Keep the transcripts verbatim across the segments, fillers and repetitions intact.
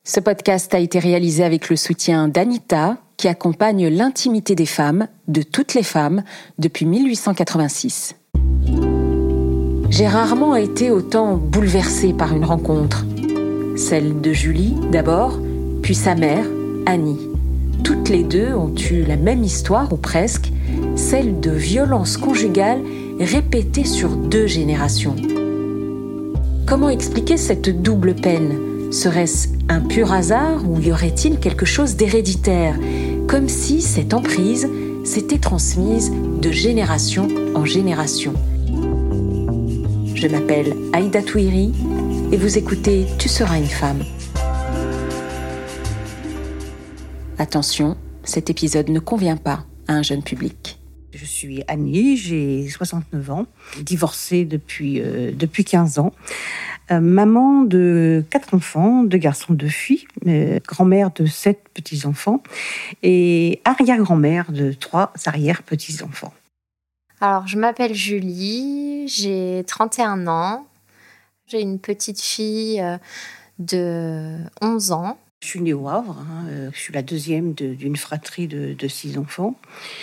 Ce podcast a été réalisé avec le soutien d'Anita, qui accompagne l'intimité des femmes, de toutes les femmes, depuis mille huit cent quatre-vingt-six. J'ai rarement été autant bouleversée par une rencontre. Celle de Julie, d'abord, puis sa mère, Annie. Toutes les deux ont eu la même histoire, ou presque, celle de violences conjugales répétées sur deux générations. Comment expliquer cette double peine ? Serait-ce un pur hasard ou y aurait-il quelque chose d'héréditaire ? Comme si cette emprise s'était transmise de génération en génération. Je m'appelle Aïda Touiri et vous écoutez Tu seras une femme. Attention, cet épisode ne convient pas à un jeune public. Je suis Annie, j'ai soixante-neuf ans, divorcée depuis, euh, depuis quinze ans. Euh, maman de quatre enfants, deux garçons, deux filles, euh, grand-mère de sept petits-enfants et arrière-grand-mère de trois arrière-petits-enfants. Alors, je m'appelle Julie, j'ai trente et un ans, j'ai une petite fille euh, de onze ans. Je suis née au Havre, hein, euh, je suis la deuxième de, d'une fratrie de, de six enfants.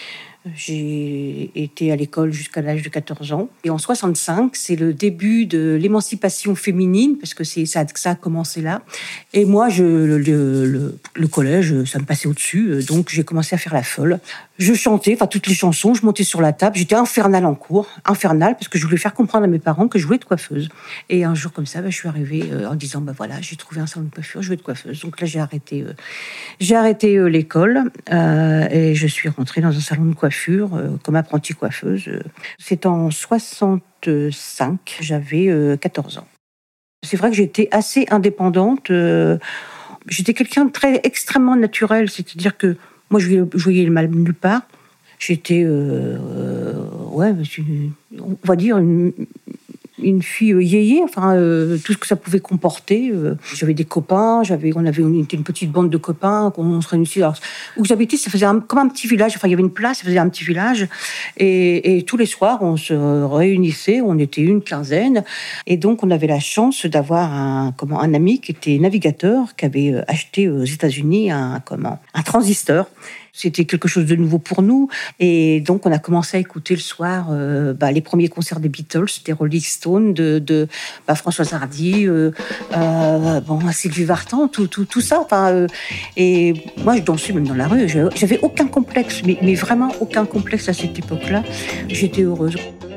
J'ai été à l'école jusqu'à l'âge de quatorze ans. Et en soixante-cinq, c'est le début de l'émancipation féminine, parce que c'est, ça, ça a commencé là. Et moi, je, le, le, le collège, ça me passait au-dessus. Donc, j'ai commencé à faire la folle. Je chantais, enfin, toutes les chansons, je montais sur la table. J'étais infernale en cours. Infernale, parce que je voulais faire comprendre à mes parents que je voulais être coiffeuse. Et un jour comme ça, bah, je suis arrivée euh, en disant, bah voilà, j'ai trouvé un salon de coiffure, je veux être coiffeuse. Donc là, j'ai arrêté, euh, j'ai arrêté euh, l'école euh, et je suis rentrée dans un salon de coiffure comme apprentie coiffeuse. C'est en soixante-cinq, j'avais quatorze ans. C'est vrai que j'étais assez indépendante. J'étais quelqu'un de très extrêmement naturel, c'est-à-dire que moi, je voyais, je voyais le mal nulle part. J'étais, euh, ouais, on va dire, une, une fille yéyé, enfin, euh, tout ce que ça pouvait comporter. Euh, j'avais des copains, j'avais, on avait une, une petite bande de copains, qu'on se réunissait. Alors, où j'habitais, ça faisait un, comme un petit village, enfin, il y avait une place, ça faisait un petit village. Et, et tous les soirs, on se réunissait, on était une quinzaine. Et donc, on avait la chance d'avoir un, comment, un ami qui était navigateur, qui avait acheté aux États-Unis un, comment, un transistor. C'était quelque chose de nouveau pour nous. Et donc, on a commencé à écouter le soir euh, bah, les premiers concerts des Beatles, des Rolling Stones, de, de bah, Françoise Hardy, euh, euh, bon, Sylvie Vartan, tout, tout, tout ça. Enfin, euh, et moi, je dansais même dans la rue. J'avais aucun complexe, mais, mais vraiment aucun complexe à cette époque-là. J'étais heureuse.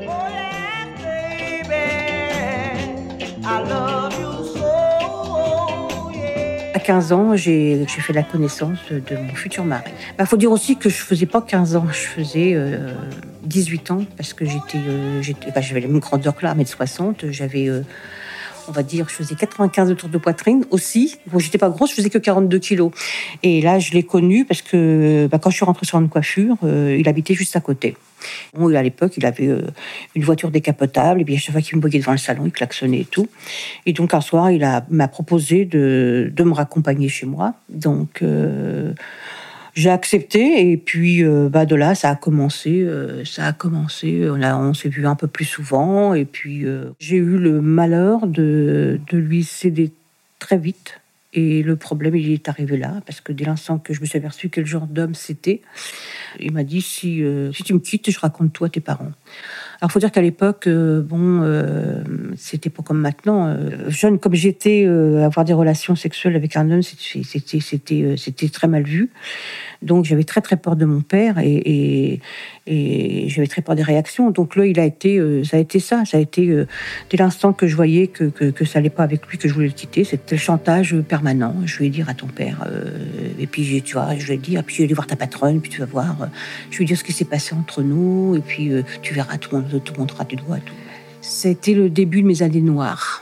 À quinze ans, j'ai, j'ai fait la connaissance de, de mon futur mari. Il bah, faut dire aussi que je ne faisais pas quinze ans, je faisais euh, dix-huit ans, parce que j'étais, euh, j'étais, bah, j'avais la même grandeur que là, un mètre soixante. J'avais, euh, on va dire, je faisais quatre-vingt-quinze de tour de poitrine aussi. Bon, je n'étais pas grosse, je faisais que quarante-deux kilos. Et là, je l'ai connu parce que bah, quand je suis rentrée sur une coiffure, euh, il habitait juste à côté. Bon, à l'époque, il avait euh, une voiture décapotable, et bien à chaque fois qu'il me voyait devant le salon, il klaxonnait et tout. Et donc un soir, il a, m'a proposé de, de me raccompagner chez moi. Donc euh, j'ai accepté, et puis euh, bah, de là, ça a commencé. Euh, ça a commencé. On, a, on s'est vu un peu plus souvent, et puis euh, j'ai eu le malheur de, de lui céder très vite. Et le problème, il est arrivé là, parce que dès l'instant que je me suis aperçue quel genre d'homme c'était, il m'a dit, si, euh, si tu me quittes, je raconte tout à tes parents. Alors, il faut dire qu'à l'époque, euh, bon, euh, c'était pas comme maintenant. Euh, jeune comme j'étais, euh, avoir des relations sexuelles avec un homme, c'était, c'était, c'était, euh, c'était très mal vu. Donc, j'avais très, très peur de mon père et, et, et j'avais très peur des réactions. Donc là, il a été, euh, ça a été ça. Ça a été, euh, dès l'instant que je voyais que, que, que ça allait pas avec lui, que je voulais le quitter, c'était le chantage permanent. Je vais dire à ton père, euh, et puis, tu vois, je vais dire, puis je vais aller voir ta patronne, puis tu vas voir, euh, je vais dire ce qui s'est passé entre nous, et puis euh, tu verras, tout le monde te montrera du doigt. Tout. C'était le début de mes années noires.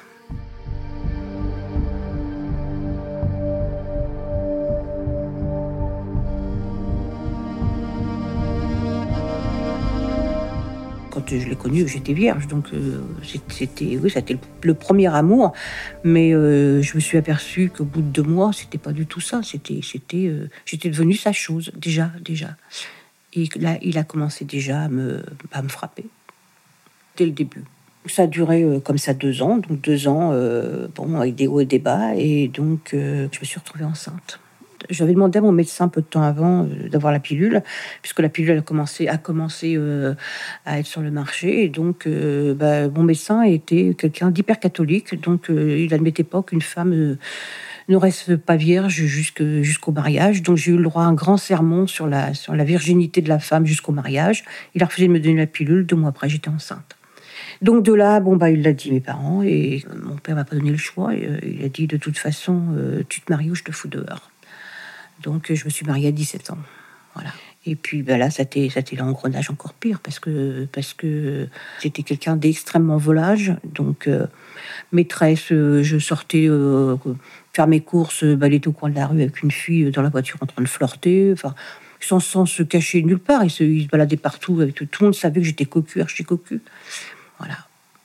Quand je l'ai connu, j'étais vierge, donc euh, c'était, oui, c'était le premier amour. Mais euh, je me suis aperçue qu'au bout de deux mois, c'était pas du tout ça. C'était, c'était, euh, j'étais devenue sa chose déjà, déjà. Et là, il a commencé déjà à me, à me frapper dès le début. Ça a duré euh, comme ça deux ans, donc deux ans, euh, bon, avec des hauts et des bas, et donc euh, je me suis retrouvée enceinte. J'avais demandé à mon médecin peu de temps avant euh, d'avoir la pilule, puisque la pilule a commencé, a commencé euh, à être sur le marché. Et donc, euh, bah, mon médecin était quelqu'un d'hyper catholique, donc euh, il n'admettait pas qu'une femme euh, ne reste pas vierge jusque, jusqu'au mariage. Donc, j'ai eu le droit à un grand sermon sur la, sur la virginité de la femme jusqu'au mariage. Il a refusé de me donner la pilule. Deux mois après, j'étais enceinte. Donc de là, bon bah il l'a dit à mes parents, et mon père m'a pas donné le choix. Et, euh, il a dit de toute façon, euh, tu te maries ou je te fous dehors. Donc je me suis mariée à dix-sept ans, voilà. Et puis ben là, ça a été, ça a été l'engrenage encore pire parce que parce que j'étais quelqu'un d'extrêmement volage. Donc euh, maîtresse, euh, je sortais euh, faire mes courses, euh, balader au coin de la rue avec une fille dans la voiture en train de flirter, enfin sans, sans se cacher nulle part. Il se, il se baladait partout avec tout, tout le monde savait que j'étais cocu, archi cocu. Voilà.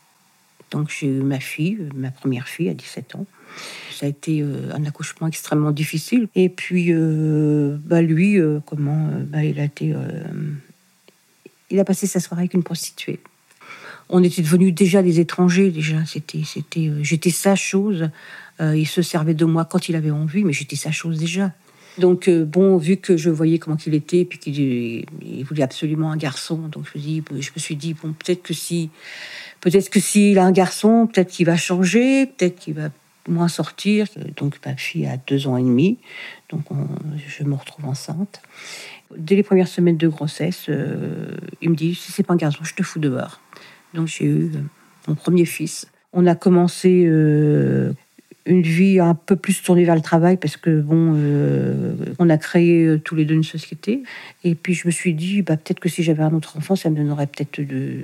Donc j'ai eu ma fille, ma première fille à dix-sept ans. Ça a été euh, un accouchement extrêmement difficile. Et puis, euh, bah lui, euh, comment, euh, bah il a été, euh, il a passé sa soirée avec une prostituée. On était devenus déjà des étrangers. Déjà, c'était, c'était, euh, j'étais sa chose. Euh, il se servait de moi quand il avait envie, mais j'étais sa chose déjà. Donc euh, bon, vu que je voyais comment il était, puis qu'il il voulait absolument un garçon, donc je me dis, je me suis dit bon, peut-être que si, peut-être que s'il a un garçon, peut-être qu'il va changer, peut-être qu'il va moins sortir. Donc ma fille a deux ans et demi, donc on, je me retrouve enceinte. Dès les premières semaines de grossesse, euh, il me dit si c'est pas un garçon, je te fous dehors. Donc j'ai eu mon premier fils. On a commencé euh, une vie un peu plus tournée vers le travail parce que bon, euh, on a créé euh, tous les deux une société. Et puis je me suis dit, bah peut-être que si j'avais un autre enfant, ça me donnerait peut-être de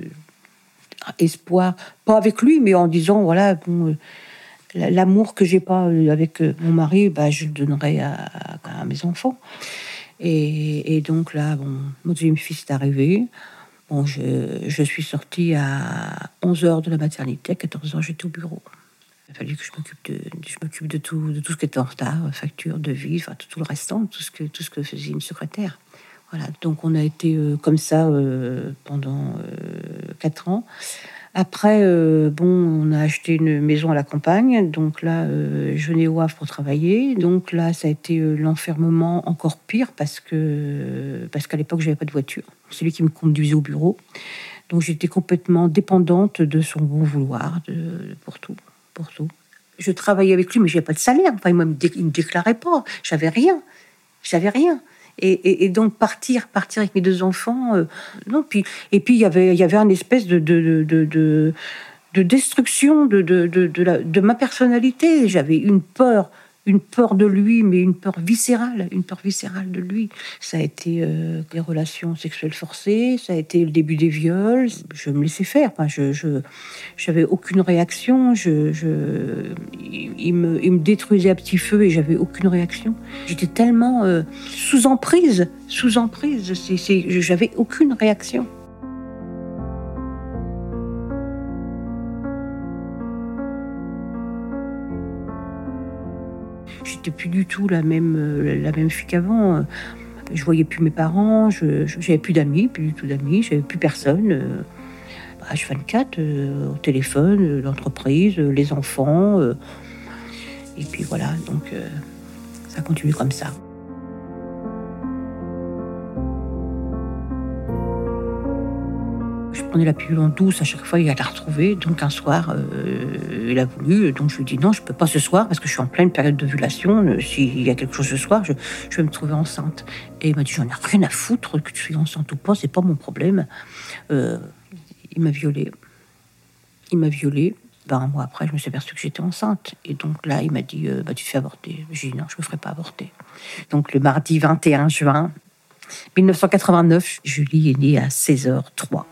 espoir, pas avec lui, mais en disant voilà, bon, euh, l'amour que j'ai pas avec euh, mon mari, bah je le donnerais à, à, à mes enfants. Et, et donc là, bon, mon deuxième fils est arrivé. Bon, je, je suis sortie à onze heures de la maternité, à quatorze heures, j'étais au bureau. Il a fallu que je m'occupe de, je m'occupe de tout, de tout ce qui était en retard, facture, devis, enfin tout, tout le restant, tout ce que, tout ce que faisait une secrétaire. Voilà, donc on a été euh, comme ça euh, pendant euh, quatre ans. Après, euh, bon, on a acheté une maison à la campagne, donc là, euh, je venais au Havre pour travailler. Donc là, ça a été euh, l'enfermement encore pire parce que parce qu'à l'époque, j'avais pas de voiture. C'est lui qui me conduisait au bureau, donc j'étais complètement dépendante de son bon vouloir, de, pour tout, pour tout. Je travaillais avec lui, mais j'avais pas de salaire. Enfin, il me, dé, il me déclarait pas. J'avais rien. J'avais rien. Et, et, et donc partir, partir avec mes deux enfants, euh, non. Puis et puis il y avait, il y avait un espèce de de de de, de destruction de de de de, la, de ma personnalité. J'avais une peur, une peur de lui, mais une peur viscérale, une peur viscérale de lui. Ça a été euh, les relations sexuelles forcées, ça a été le début des viols. Je me laissais faire. Enfin, je, je, j'avais aucune réaction. Je, je, il me, il me détruisait à petit feu et j'avais aucune réaction. J'étais tellement euh, sous emprise, sous emprise. C'est, c'est, j'avais aucune réaction. J'étais plus du tout la même, la même fille qu'avant. Je voyais plus mes parents, je, je, j'avais plus d'amis, plus du tout d'amis, j'avais plus personne. H vingt-quatre, euh, au téléphone, euh, l'entreprise, euh, les enfants. Euh, et puis voilà, donc euh, ça continue comme ça. Je prenais la pilule en douce à chaque fois, il a la retrouvé. Donc un soir, euh, il a voulu. Donc je lui ai dit non, je ne peux pas ce soir parce que je suis en pleine période d'ovulation. S'il y a quelque chose ce soir, je, je vais me trouver enceinte. Et il m'a dit j'en ai rien à foutre que tu sois enceinte ou pas, c'est pas mon problème. Euh, il m'a violée. Il m'a violée. Ben, un mois après, je me suis aperçue que j'étais enceinte. Et donc là, il m'a dit euh, bah, tu te fais avorter. J'ai dit non, je ne me ferai pas avorter. Donc le mardi vingt et un juin dix-neuf cent quatre-vingt-neuf, Julie est née à seize heures trois.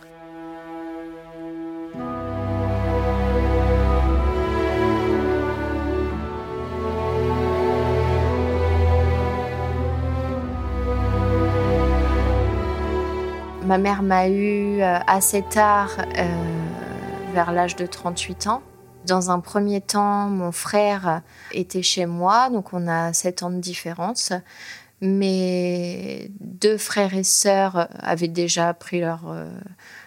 Ma mère m'a eue assez tard, euh, vers l'âge de trente-huit ans. Dans un premier temps, mon frère était chez moi, donc on a sept ans de différence. Mes deux frères et sœurs avaient déjà pris leur, euh,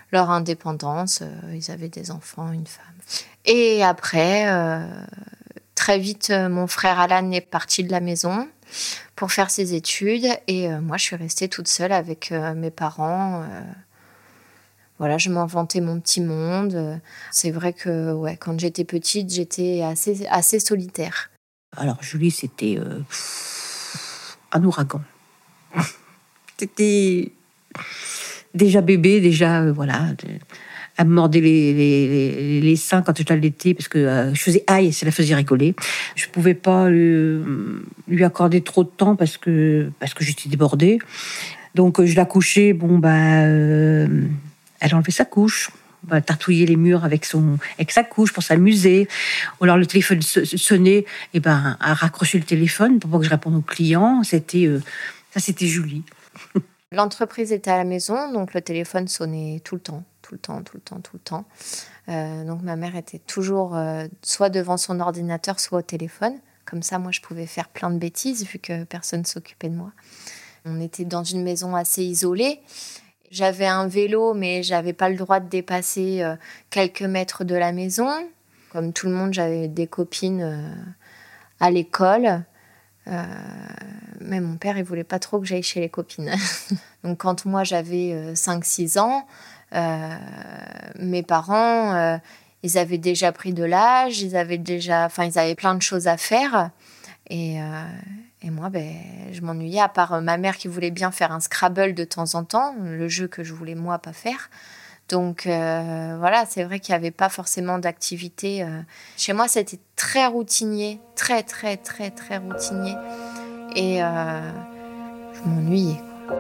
leur indépendance. Euh, ils avaient des enfants, une femme. Et après, euh, très vite, mon frère Alan est parti de la maison pour faire ses études. Et euh, moi, je suis restée toute seule avec euh, mes parents. Euh, voilà, je m'inventais mon petit monde. C'est vrai que ouais, quand j'étais petite, j'étais assez, assez solitaire. Alors, Julie, c'était euh, un ouragan. C'était déjà bébé, déjà, euh, voilà. Elle me mordait les, les, les, les seins quand je l'allaitais, parce que euh, je faisais aïe, ça la faisait rigoler. Je ne pouvais pas lui, lui accorder trop de temps parce que, parce que j'étais débordée. Donc, je la couchais, bon, bah, euh, elle enlevait sa couche. Elle tartouillait les murs avec, son, avec sa couche pour s'amuser. Ou alors le téléphone sonnait, et ben, elle raccrochait le téléphone pour pas que je réponde aux clients. C'était, euh, ça, c'était Julie. L'entreprise était à la maison, donc le téléphone sonnait tout le temps, tout le temps, tout le temps, tout le temps. Euh, donc ma mère était toujours euh, soit devant son ordinateur, soit au téléphone. Comme ça, moi, je pouvais faire plein de bêtises vu que personne ne s'occupait de moi. On était dans une maison assez isolée. J'avais un vélo, mais je n'avais pas le droit de dépasser euh, quelques mètres de la maison. Comme tout le monde, j'avais des copines euh, à l'école. Euh, mais mon père, il voulait pas trop que j'aille chez les copines. Donc quand moi j'avais euh, cinq six ans, euh, mes parents, euh, ils avaient déjà pris de l'âge, ils avaient déjà, enfin ils avaient plein de choses à faire. Et, euh, et moi, ben, je m'ennuyais, à part ma mère qui voulait bien faire un Scrabble de temps en temps, le jeu que je voulais moi pas faire. Donc euh, voilà, c'est vrai qu'il n'y avait pas forcément d'activité. Euh. Chez moi, c'était très routinier, très, très, très, très routinier. Et euh, je m'ennuyais, quoi.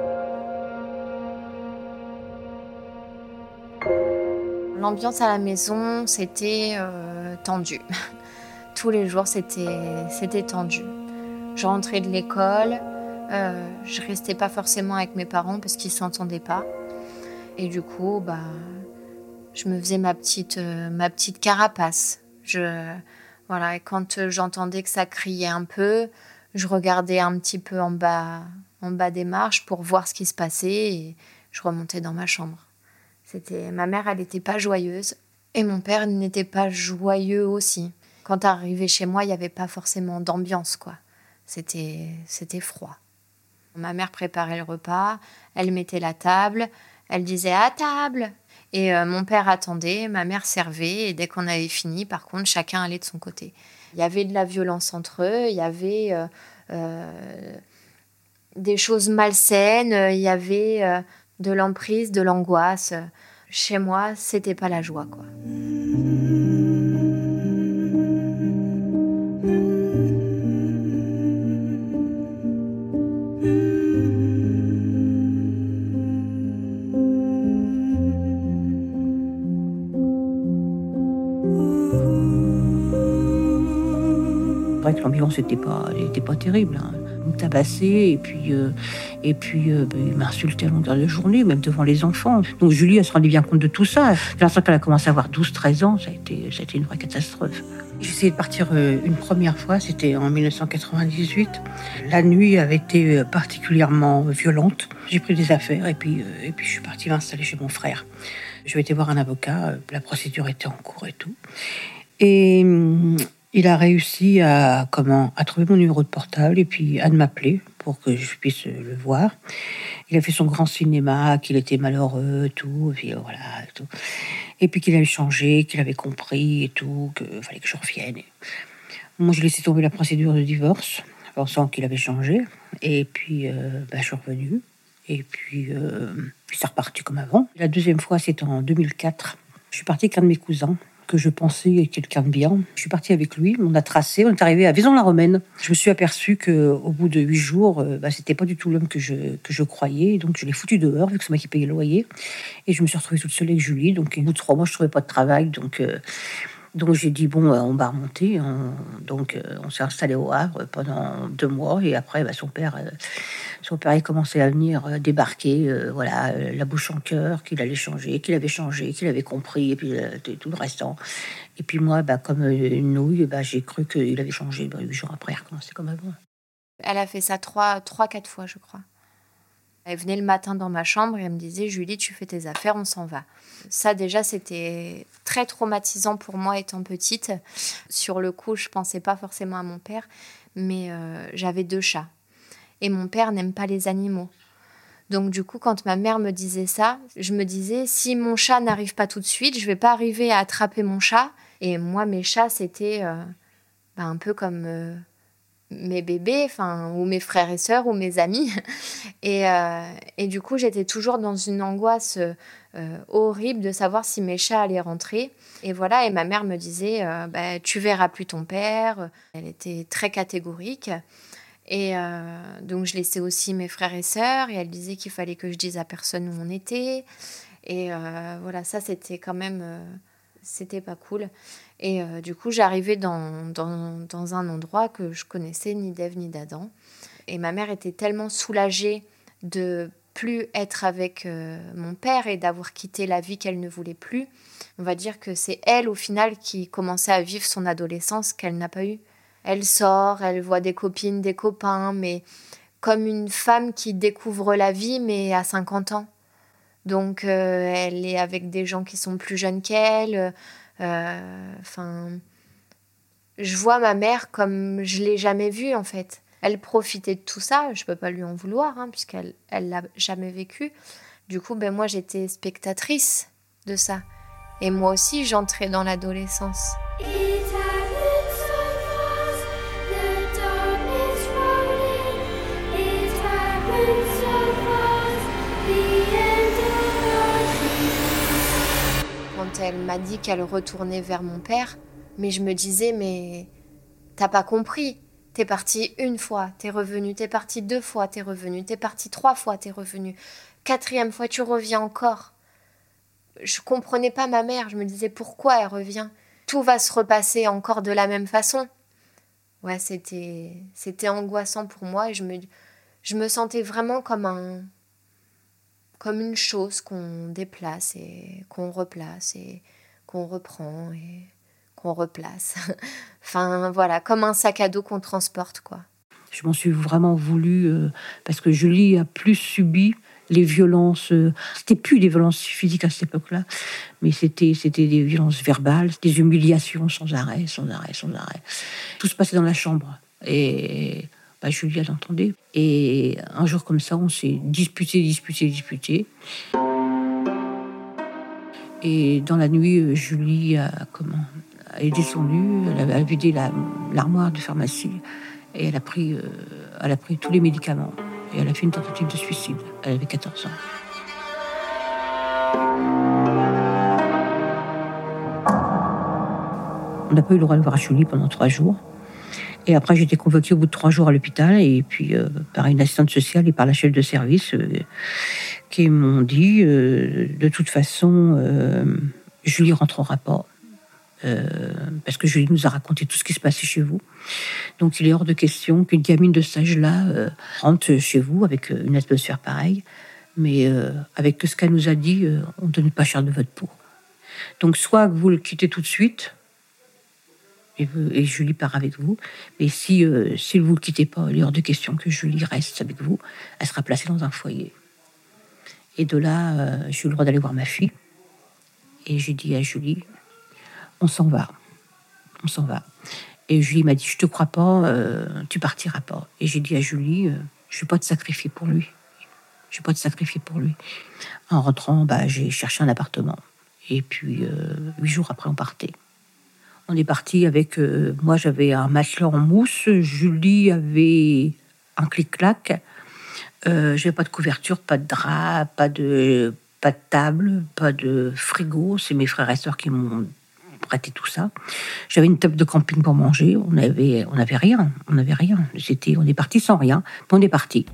L'ambiance à la maison, c'était euh, tendu. Tous les jours, c'était, c'était tendu. Je rentrais de l'école, euh, je ne restais pas forcément avec mes parents parce qu'ils ne s'entendaient pas. Et du coup, bah, je me faisais ma petite, euh, ma petite carapace. Je, voilà, et quand j'entendais que ça criait un peu, je regardais un petit peu en bas, en bas des marches pour voir ce qui se passait et je remontais dans ma chambre. C'était, ma mère, elle n'était pas joyeuse et mon père n'était pas joyeux aussi. Quand arrivait chez moi, il n'y avait pas forcément d'ambiance, quoi. C'était, c'était froid. Ma mère préparait le repas, elle mettait la table, elle disait « à table !» Et euh, mon père attendait, ma mère servait, et dès qu'on avait fini, par contre, chacun allait de son côté. Il y avait de la violence entre eux, il y avait euh, euh, des choses malsaines, il y avait euh, de l'emprise, de l'angoisse. Chez moi, c'était pas la joie, quoi. C'est vrai que l'ambiance n'était pas, pas terrible. Hein. Il me tabassait et puis, euh, et puis euh, bah, il m'insultait à longueur de journée, même devant les enfants. Donc Julie, elle se rendait bien compte de tout ça. L'instant qu'elle a commencé à avoir douze treize ans, ça a été, ça a été une vraie catastrophe. J'ai essayé de partir euh, une première fois, c'était en dix-neuf cent quatre-vingt-dix-huit. La nuit avait été particulièrement violente. J'ai pris des affaires et puis, euh, et puis je suis partie m'installer chez mon frère. Je vais été voir un avocat, la procédure était en cours et tout. Et hum, il a réussi à, comment, à trouver mon numéro de portable et puis à m'appeler pour que je puisse le voir. Il a fait son grand cinéma, qu'il était malheureux, tout, et puis voilà, tout. Et puis qu'il avait changé, qu'il avait compris et tout, qu'il fallait que je revienne. Moi, je laissais tomber la procédure de divorce, pensant qu'il avait changé. Et puis, euh, bah, je suis revenue. Et puis, euh, puis, c'est reparti comme avant. La deuxième fois, c'était en deux mille quatre. Je suis partie avec un de mes cousins, que je pensais être quelqu'un de bien. Je suis partie avec lui, on a tracé, on est arrivé à Vaison-la-Romaine. Je me suis aperçue qu'au bout de huit jours, euh, bah, c'était pas du tout l'homme que je, que je croyais. Donc je l'ai foutu dehors, vu que c'est moi qui payais le loyer. Et je me suis retrouvée toute seule avec Julie. Donc au bout de trois mois, je trouvais pas de travail. Donc, euh, donc j'ai dit, bon, euh, on va remonter. On, donc euh, on s'est installé au Havre pendant deux mois. Et après, bah, son père... Euh, Son père, il commençait à venir euh, débarquer, euh, voilà, euh, la bouche en cœur, qu'il allait changer, qu'il avait changé, qu'il avait compris, et puis euh, tout le restant. Et puis moi, bah, comme euh, une nouille, bah, j'ai cru qu'il avait changé. Bah, huit jours après, il recommençait comme avant. Elle a fait ça trois, trois, quatre fois, je crois. Elle venait le matin dans ma chambre et elle me disait « Julie, tu fais tes affaires, on s'en va ». Ça, déjà, c'était très traumatisant pour moi étant petite. Sur le coup, je ne pensais pas forcément à mon père, mais euh, j'avais deux chats. Et mon père n'aime pas les animaux. Donc, du coup, quand ma mère me disait ça, je me disais « Si mon chat n'arrive pas tout de suite, je ne vais pas arriver à attraper mon chat. » Et moi, mes chats, c'était euh, bah, un peu comme... Euh, mes bébés, enfin, ou mes frères et sœurs, ou mes amis. Et, euh, et du coup, j'étais toujours dans une angoisse euh, horrible de savoir si mes chats allaient rentrer. Et voilà, et ma mère me disait euh, bah, « Tu verras plus ton père ». Elle était très catégorique. Et euh, donc, je laissais aussi mes frères et sœurs. Et elle disait qu'il fallait que je dise à personne où on était. Et euh, voilà, ça, c'était quand même... Euh, c'était pas cool. Et euh, du coup, j'arrivais dans, dans, dans un endroit que je connaissais ni d'Ève ni d'Adam. Et ma mère était tellement soulagée de plus être avec euh, mon père et d'avoir quitté la vie qu'elle ne voulait plus. On va dire que c'est elle, au final, qui commençait à vivre son adolescence qu'elle n'a pas eue. Elle sort, elle voit des copines, des copains, mais comme une femme qui découvre la vie, mais à cinquante ans. Donc, euh, elle est avec des gens qui sont plus jeunes qu'elle. Enfin, euh, je vois ma mère comme je l'ai jamais vue, en fait. Elle profitait de tout ça. Je peux pas lui en vouloir, hein, puisqu'elle elle l'a jamais vécu. Du coup, ben moi, j'étais spectatrice de ça. Et moi aussi, j'entrais dans l'adolescence. Quand elle m'a dit qu'elle retournait vers mon père, mais je me disais, mais t'as pas compris. T'es partie une fois, t'es revenue, t'es partie deux fois, t'es revenue, t'es partie trois fois, t'es revenue. Quatrième fois, tu reviens encore. Je comprenais pas ma mère, je me disais pourquoi elle revient. Tout va se repasser encore de la même façon. Ouais, c'était, c'était angoissant pour moi et je me, je me sentais vraiment comme un... comme une chose qu'on déplace et qu'on replace et qu'on reprend et qu'on replace. Enfin, voilà, comme un sac à dos qu'on transporte, quoi. Je m'en suis vraiment voulu euh, parce que Julie a plus subi les violences. Euh, c'était plus des violences physiques à cette époque-là, mais c'était, c'était des violences verbales, des humiliations sans arrêt, sans arrêt, sans arrêt. Tout se passait dans la chambre. Et... Bah, Julie, elle entendait. Et un jour comme ça, on s'est disputé, disputé, disputé. Et dans la nuit, Julie a, comment, elle est descendue, elle a, elle a vidé la, l'armoire de pharmacie et elle a, pris, euh, elle a pris tous les médicaments. Et elle a fait une tentative de suicide. Elle avait quatorze ans. On n'a pas eu le droit de voir Julie pendant trois jours. Et après, j'ai été convoquée au bout de trois jours à l'hôpital, et puis euh, par une assistante sociale et par la chef de service, euh, qui m'ont dit, euh, de toute façon, euh, Julie rentrera pas, euh, parce que Julie nous a raconté tout ce qui se passait chez vous. Donc, il est hors de question qu'une gamine de cet âge-là euh, rentre chez vous avec une atmosphère pareille, mais euh, avec ce qu'elle nous a dit, euh, on ne donne pas cher de votre peau. Donc, soit vous le quittez tout de suite, Et, et Julie part avec vous. Mais si, euh, si vous ne le quittez pas, il est hors de question que Julie reste avec vous. Elle sera placée dans un foyer. Et de là, euh, j'ai eu le droit d'aller voir ma fille. Et j'ai dit à Julie, on s'en va. On s'en va. Et Julie m'a dit, je te crois pas, euh, tu partiras pas. Et j'ai dit à Julie, euh, je vais pas te sacrifier pour lui. Je vais pas te sacrifier pour lui. En rentrant, bah, j'ai cherché un appartement. Et puis, euh, huit jours après, on partait. On est parti avec... Euh, moi, j'avais un matelas en mousse. Julie avait un clic-clac. Euh, j'avais pas de couverture, pas de drap, pas de, pas de table, pas de frigo. C'est mes frères et sœurs qui m'ont prêté tout ça. J'avais une table de camping pour manger. On avait, on avait rien. On avait rien. C'était, on est parti sans rien. On est parti.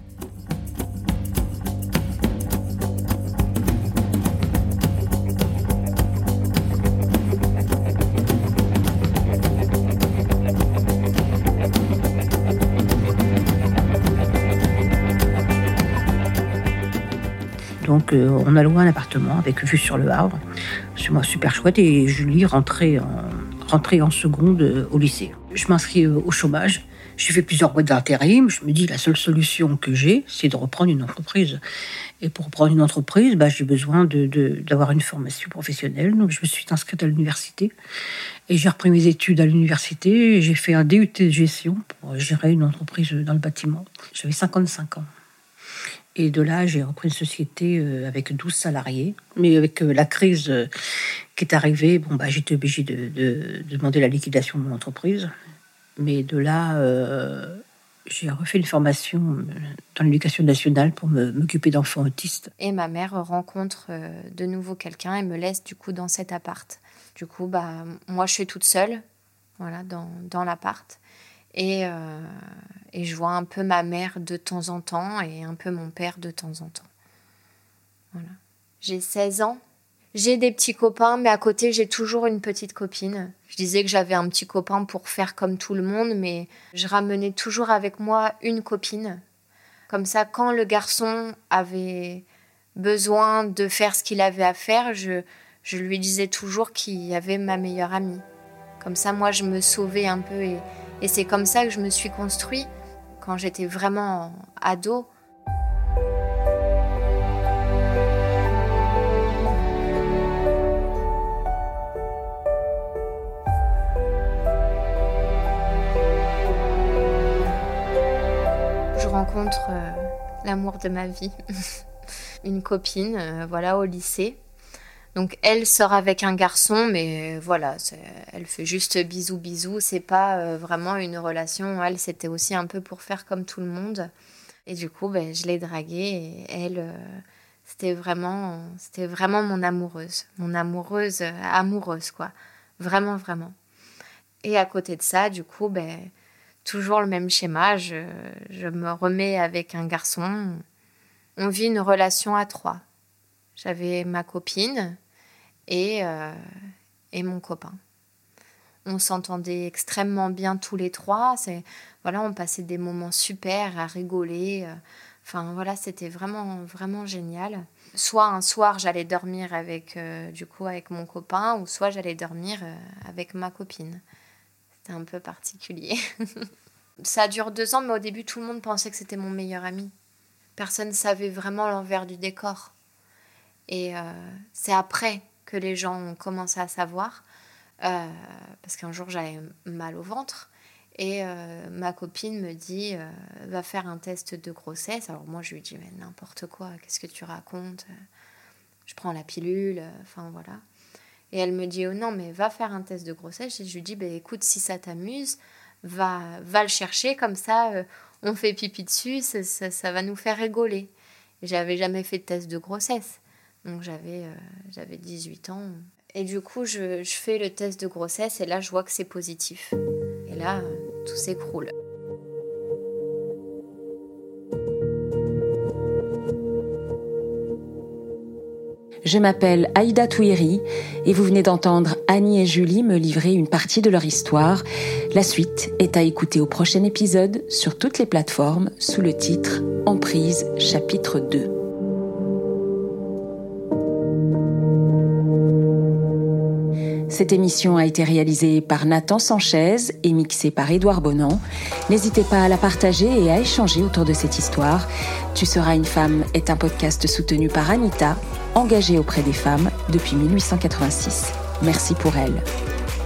Donc, euh, on a loué un appartement avec vue sur le Havre. C'est moi super chouette. Et Julie rentrait en, rentrait en seconde euh, au lycée. Je m'inscris euh, au chômage. J'ai fait plusieurs boîtes d'intérim. Je me dis, la seule solution que j'ai, c'est de reprendre une entreprise. Et pour reprendre une entreprise, bah, j'ai besoin de, de, d'avoir une formation professionnelle. Donc, je me suis inscrite à l'université. Et j'ai repris mes études à l'université. Et j'ai fait un D U T de gestion pour gérer une entreprise dans le bâtiment. J'avais cinquante-cinq ans. Et de là, j'ai repris une société avec douze salariés. Mais avec la crise qui est arrivée, bon, bah, j'étais obligée de, de, de demander la liquidation de mon entreprise. Mais de là, euh, j'ai refait une formation dans l'éducation nationale pour me, m'occuper d'enfants autistes. Et ma mère rencontre de nouveau quelqu'un et me laisse du coup dans cet appart. Du coup, bah, moi, je suis toute seule, voilà, dans, dans l'appart. Et, euh, et je vois un peu ma mère de temps en temps et un peu mon père de temps en temps. Voilà. J'ai seize ans. J'ai des petits copains, mais à côté, j'ai toujours une petite copine. Je disais que j'avais un petit copain pour faire comme tout le monde, mais je ramenais toujours avec moi une copine. Comme ça, quand le garçon avait besoin de faire ce qu'il avait à faire, je, je lui disais toujours qu'il y avait ma meilleure amie. Comme ça, moi, je me sauvais un peu. Et, et c'est comme ça que je me suis construite quand j'étais vraiment ado. Je rencontre euh, l'amour de ma vie, une copine, euh, voilà, au lycée. Donc elle sort avec un garçon, mais euh, voilà, c'est, elle fait juste bisous bisous. C'est pas euh, vraiment une relation. Elle, c'était aussi un peu pour faire comme tout le monde. Et du coup, ben, je l'ai draguée. Et elle, euh, c'était vraiment, c'était vraiment mon amoureuse, mon amoureuse, euh, amoureuse quoi, vraiment vraiment. Et à côté de ça, du coup, ben toujours le même schéma, je, je me remets avec un garçon. On vit une relation à trois. J'avais ma copine et, euh, et mon copain. On s'entendait extrêmement bien tous les trois. C'est, voilà, on passait des moments super à rigoler. Enfin, voilà, c'était vraiment, vraiment génial. Soit un soir, j'allais dormir avec, euh, du coup, avec mon copain, ou soit j'allais dormir euh, avec ma copine. C'était un peu particulier. Ça dure deux ans, mais au début, tout le monde pensait que c'était mon meilleur ami. Personne ne savait vraiment l'envers du décor. Et euh, c'est après que les gens ont commencé à savoir, euh, parce qu'un jour, j'avais mal au ventre, et euh, ma copine me dit euh, « va faire un test de grossesse ». Alors moi, je lui dis « mais n'importe quoi, qu'est-ce que tu racontes ? Je prends la pilule, enfin voilà ». Et elle me dit « oh non, mais va faire un test de grossesse ». Et je lui dis bah, « écoute, si ça t'amuse, va, va le chercher, comme ça, euh, on fait pipi dessus, ça, ça, ça va nous faire rigoler ». Et j'avais jamais fait de test de grossesse, donc j'avais, euh, j'avais dix-huit ans. Et du coup, je, je fais le test de grossesse et là, je vois que c'est positif. Et là, euh, tout s'écroule. Je m'appelle Aïda Touiri et vous venez d'entendre Annie et Julie me livrer une partie de leur histoire. La suite est à écouter au prochain épisode sur toutes les plateformes sous le titre Emprise chapitre deux. Cette émission a été réalisée par Nathan Sanchez et mixée par Édouard Bonan. N'hésitez pas à la partager et à échanger autour de cette histoire. Tu seras une femme est un podcast soutenu par Anita, engagée auprès des femmes depuis mille huit cent quatre-vingt-six. Merci pour elle.